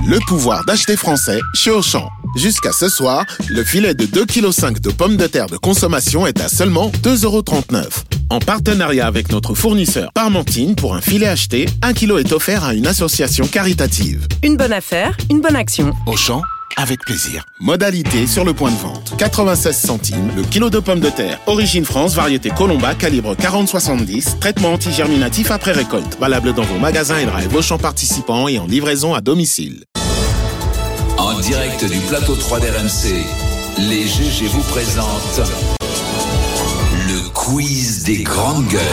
Le pouvoir d'acheter français chez Auchan. Jusqu'à ce soir, le filet de 2,5 kg de pommes de terre de consommation est à seulement 2,39 €. En partenariat avec notre fournisseur Parmentine, pour un filet acheté, 1 kg est offert à une association caritative. Une bonne affaire, une bonne action. Auchan, avec plaisir. Modalité sur le point de vente. 96 centimes le kilo de pommes de terre. Origine France, variété Colomba, calibre 40-70. Traitement antigerminatif après récolte. Valable dans vos magasins et drive Auchan participants et en livraison à domicile. En direct du plateau 3 d'RMC, les GG vous présentent le quiz des grandes gueules.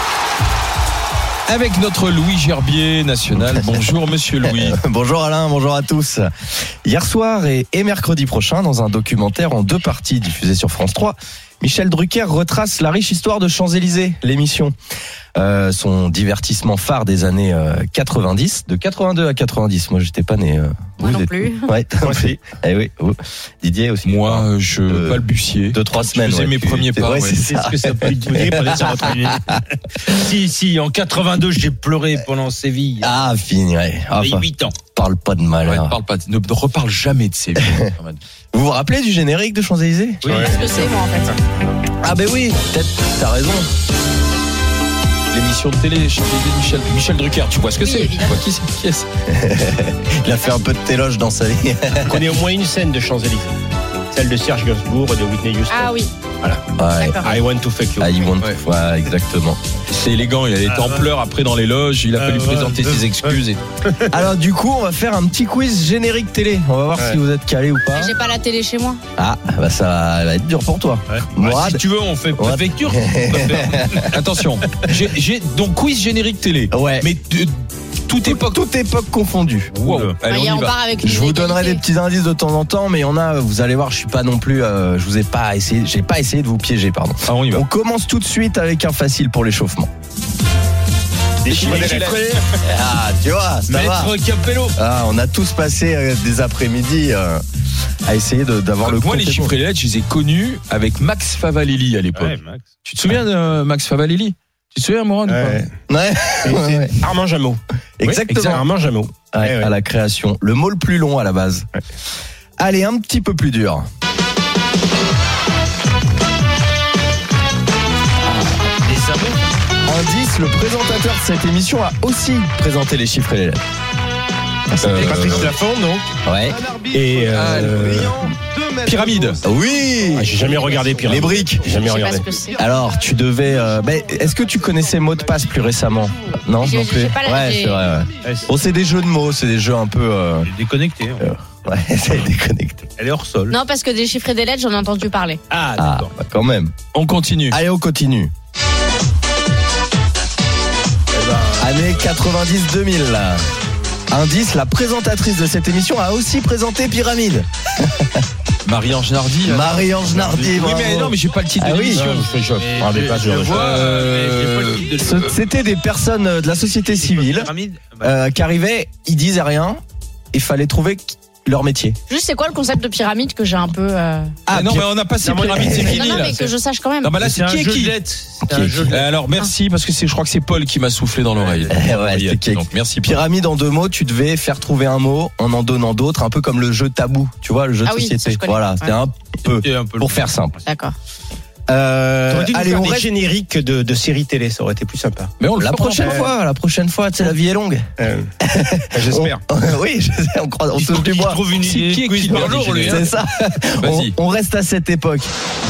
Avec notre Louis Gerbier national. Bonjour Monsieur Louis. Bonjour Alain, bonjour à tous. Hier soir et mercredi prochain, dans un documentaire en 2 parties diffusé sur France 3, Michel Drucker retrace la riche histoire de Champs-Élysées, l'émission. Son divertissement phare des années 90, de 82 à 90. Moi, j'étais pas né. Moi non plus. Ouais, moi aussi. Eh oui, vous. Didier aussi. Moi, je balbutiais. 2-3 semaines. Je faisais mes premiers pas. Ouais, c'est ça. Qu'est-ce que ça peut dire Si, en 82, j'ai pleuré pendant Séville. Ah, fini, ouais. J'ai 8 ans. Parle pas de malheur. Ouais, ne reparle jamais de ces vies. Vous vous rappelez du générique de Champs-Élysées? Oui, qu'est-ce que c'est, moi, en fait? Ah, ben oui, peut-être, t'as raison. L'émission de télé Michel Drucker, tu vois ce que Oui, c'est? évidemment. Qui est-ce? Il a fait un peu de téloge dans sa vie. Je connais au moins une scène de Champs-Élysées. Celle de Serge Gainsbourg et de Whitney Houston. Ah oui. Voilà. Ouais. D'accord. I want to fuck you. Ah, ils vont. Ouais. Ouais, exactement. C'est élégant, il a été en pleurs après dans les loges, il a fallu présenter ses excuses. Et... Alors, du coup, on va faire un petit quiz générique télé. On va voir si vous êtes calé ou pas. J'ai pas la télé chez moi. Ah, bah ça va être dur pour toi. Mourad. Si tu veux, on fait préfecture. Attention, j'ai donc quiz générique télé. Ouais. Mais toute époque confondue. Wow. Allez, on y on va. part avec une Je vous donnerai des égalité. petits indices de temps en temps, mais on a, vous allez voir, je suis pas non plus, je vous ai pas essayé, j'ai pas essayé de vous piéger, pardon. Ah, on y va. On commence tout de suite avec un facile pour l'échauffement. Des chiffres des lettres. Ah, tu vois, ça va. Maître Capello. Ah, on a tous passé des après-midi à essayer d'avoir le Moi, les compte. chiffres et les lettres, je les ai connus avec Max Favalelli à l'époque. Ouais, Max. Tu te souviens de Max Favalelli? Tu te souviens, Mourad? ou pas Ouais. Ouais. Armand Jameau. Exactement. Armand Jameau. Ouais, Ouais. à la création. Le mot le plus long à la base. Ouais. Allez, un petit peu plus dur. Les amours. Indice, le présentateur de cette émission a aussi présenté les chiffres et les lettres. Patrice Laffont, donc. Ouais. Et Pyramide. Oui. j'ai jamais regardé Pyramide. Les briques. J'ai jamais Je sais pas regardé. ce que c'est. Alors, tu devais. Est-ce que tu connaissais mot de passe plus récemment? Non, J'ai- non plus. j'ai pas la- Ouais, j'ai- c'est vrai. Ouais. Ouais, Bon, c'est des jeux de mots, c'est des jeux un peu. c'est déconnecté. Ouais, c'est déconnecté. Elle est hors sol. Non, parce que des chiffres et des lettres, j'en ai entendu parler. Ah, Ah, d'accord. bah, quand même. On continue. Allez, on continue. Années 90-2000. Indice, la présentatrice de cette émission a aussi présenté Pyramide. Marie-Ange Nardi. Marie-Ange Nardi. Oui, mais non, mais j'ai pas le titre Ah de oui. l'émission. Je parlais pas de C'était des personnes de la société civile Pyramide. qui arrivaient, ils disaient rien, il fallait trouver leur métier. Juste, c'est quoi le concept de pyramide que j'ai un peu. Ah non, mais on a passé Pyramide, c'est Non, fini non, là. mais que je sache quand même. Non, bah là, C'est un c'est qui est jeu de qui? lettres. C'est un jeu de lettres. Alors merci parce que je crois que c'est Paul qui m'a soufflé dans l'oreille. Ouais, c'était qui- Donc merci Paul. Pyramide en 2 mots, tu devais faire trouver un mot en donnant d'autres, un peu comme le jeu tabou, tu vois, le jeu de Ah oui, ça, société. je connais. Voilà, c'était un peu, C'est un peu pour faire simple. D'accord. Allez, on des reste génériques de séries télé, ça aurait été plus sympa. Mais on le la fera prochaine fois, tu sais, la vie est longue. J'espère. Oui, je sais, on touche du bois. trouve une C'est qui quiz doit par aller jour, lui. générer? C'est ça. Vas-y. On reste à cette époque.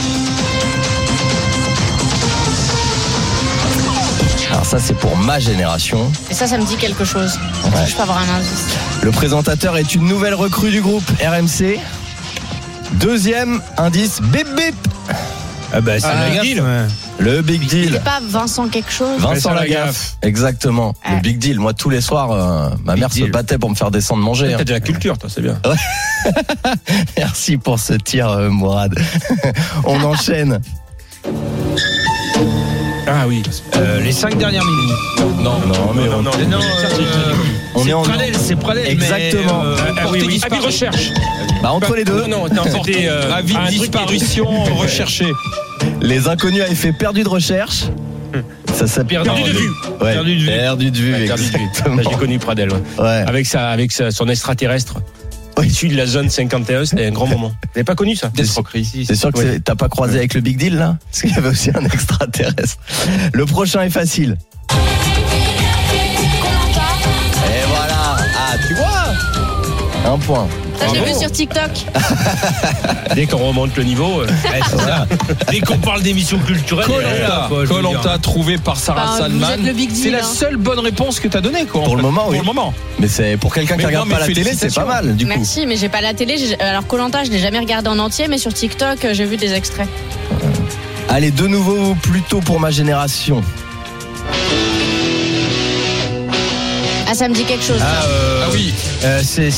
Alors ça, c'est pour ma génération. Et ça me dit quelque chose. Ouais. Je peux avoir un indice. Le présentateur est une nouvelle recrue du groupe RMC. Deuxième indice, bip bip. Ah bah, c'est Ah, le deal. Le big deal. C'est pas Vincent quelque chose. Vincent Vincent Lagaffe. Lagaffe. Exactement. Le Ouais. big deal. Moi, tous les soirs, ma mère se deal. battait pour me faire descendre manger. T'as de la culture, toi, c'est bien. Merci pour ce tir, Mourad. On enchaîne. Ah oui. Les 5 dernières minutes. Non, mais on est en. C'est parallèle. Exactement. Oui. Avis recherche. Bah, entre les deux. Non, c'était avis de disparition recherché. Les inconnus à effet perdu de recherche. Ça s'appelle Perdu de vue. Ouais, Perdu de vue. Perdu de vue, Ouais, perdu de vue. exactement. Ça, j'ai connu Pradel. Ouais. Ouais. Avec son extraterrestre. Issu de la zone 51, c'était un grand moment. Vous n'avez pas connu ça? D'escroquerie. C'est sûr que t'as pas croisé avec le Big Deal là? Parce qu'il y avait aussi un extraterrestre. Le prochain est facile. Et voilà. Ah, tu vois? Un point. Ça, j'ai vu sur TikTok. Dès qu'on remonte le niveau, dès qu'on parle d'émissions culturelles, Koh-Lanta trouvé par Sarah Enfin, vous Salman. êtes le Big Deal, C'est la hein. seule bonne réponse que t'as donnée, quoi. Pour le moment, oui. Pour le moment. Mais c'est pour quelqu'un qui Mais regarde non, pas mais la télé, c'est pas félicitations. mal du coup. Merci, mais j'ai pas la télé. Alors Koh-Lanta, je l'ai jamais regardé en entier, mais sur TikTok, j'ai vu des extraits. Allez, de nouveau plutôt pour ma génération. Ah, ça me dit quelque chose. ça. Ah oui. c'est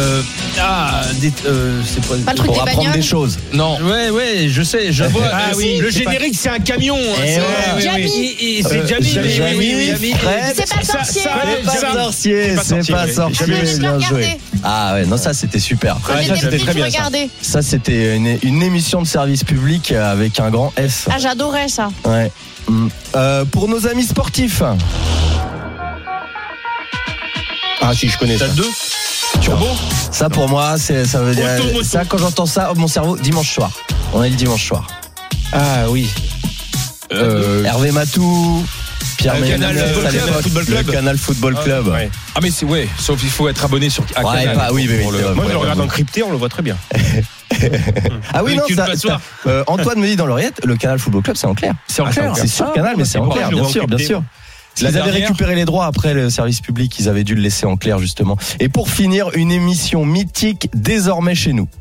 Pas le truc Pour des apprendre bagnoles. des choses. Non. Ouais, je sais, je vois. Ah oui, le générique, c'est un camion. Eh ouais. C'est Jamie. Jamie, Fred. C'est pas sorcier. C'est pas sorcier, c'est pas sorcier. Ah, mais je l'ai Bien joué. regardé. Ah ouais, non, ça c'était super. Quand Ouais, ça, j'étais c'était petite, très je bien, ça. regardais. Ça c'était une émission de service public avec un grand S. Ah, j'adorais ça. Ouais. Pour nos amis sportifs. Ah si, je connais ça. T'as deux. Turbo. Ça pour moi, ça veut dire Moto. ça quand j'entends ça, mon cerveau dimanche soir. On est le dimanche soir. Ah oui. Hervé Matou, Pierre Canal Ménès, Football à Club, l'époque, Football Club. le Canal Football Club. Ouais. Ah mais c'est ouais. Sauf il faut être abonné sur à Ouais, Canal. bah oui, pour oui, le- c'est Moi, je le Ouais, regarde ouais. en crypté, on le voit très bien. Ah oui, non, Avec une ça, passoire. Antoine me dit dans l'oreillette, le Canal Football Club, c'est en clair. C'est en Ah, clair. C'est sur Ah, Canal, mais c'est en pas, clair, je le bien vois en sûr, bien crypté. sûr. La Ils avaient dernière. récupéré les droits après le service public, ils avaient dû le laisser en clair justement. Et pour finir, une émission mythique désormais chez nous.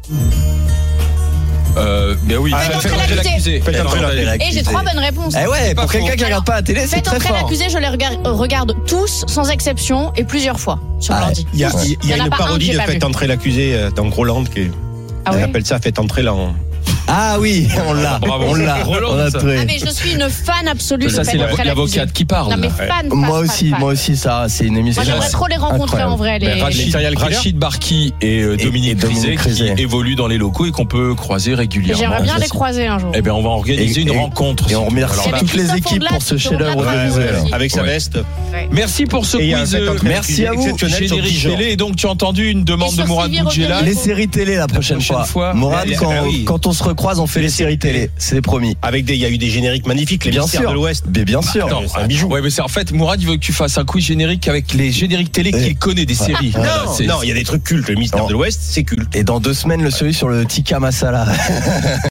Ben oui. Faites entrer l'accusé. Faites entrer l'accusé. Et j'ai 3 bonnes réponses. Eh ouais, pour pas quelqu'un faux. qui regarde pas la télé, c'est Faites très entrer fort. l'accusé, je les regarde tous, sans exception, et plusieurs fois sur Ah, l'ordi. Il y a Il y en a une pas un que parodie j'ai de pas Faites vu. entrer l'accusé dans Groland qui Ah on ouais. appelle ça Faites entrer là en. Ah oui, on l'a, Bravo. on l'a, Roland, on a ça. trouvé. Ah, mais je suis une fan absolue Ça de c'est Faites entrer l'accusé. l'avocate qui parle. Non, mais là. fan. Moi aussi, ça, c'est une émission. Moi, j'aimerais trop les rencontrer Incroyable. en vrai. Ben, Les... Rachid Barki et Dominique Dominique Rizet Rizet. qui évoluent dans les locaux et qu'on peut croiser régulièrement. J'aimerais bien bien les sûr. croiser un jour. Eh bien, on va organiser Et- une et- rencontre. Et on remercie Alors là, toutes les Christophe équipes pour ce Ondelat, chef-d'œuvre Christophe de Ondelat. musique. Avec sa Ouais. veste. Merci pour ce Et il y a un quiz. Faites entrer Merci l'accusé à vous. exceptionnel sur Générique 10 jours. télé. Et donc, tu as entendu une demande Et de sur Mourad Sylvie Boudjela. Robier. Les séries télé la prochaine fois. Mourad, Ah oui. quand on se recroise, on fait les séries télé. C'est promis. Il y a eu des génériques magnifiques, les Bien mystères sûr. de l'Ouest. Mais bien sûr. Attends, c'est un bijou. Ouais, mais c'est en fait, Mourad, il veut que tu fasses un quiz générique avec les génériques télé qu'il connaît des séries. Voilà, c'est- Non, il y a des trucs cultes. Le mystère Non. de l'Ouest, c'est culte. Et dans 2 semaines, celui sur le tikka masala.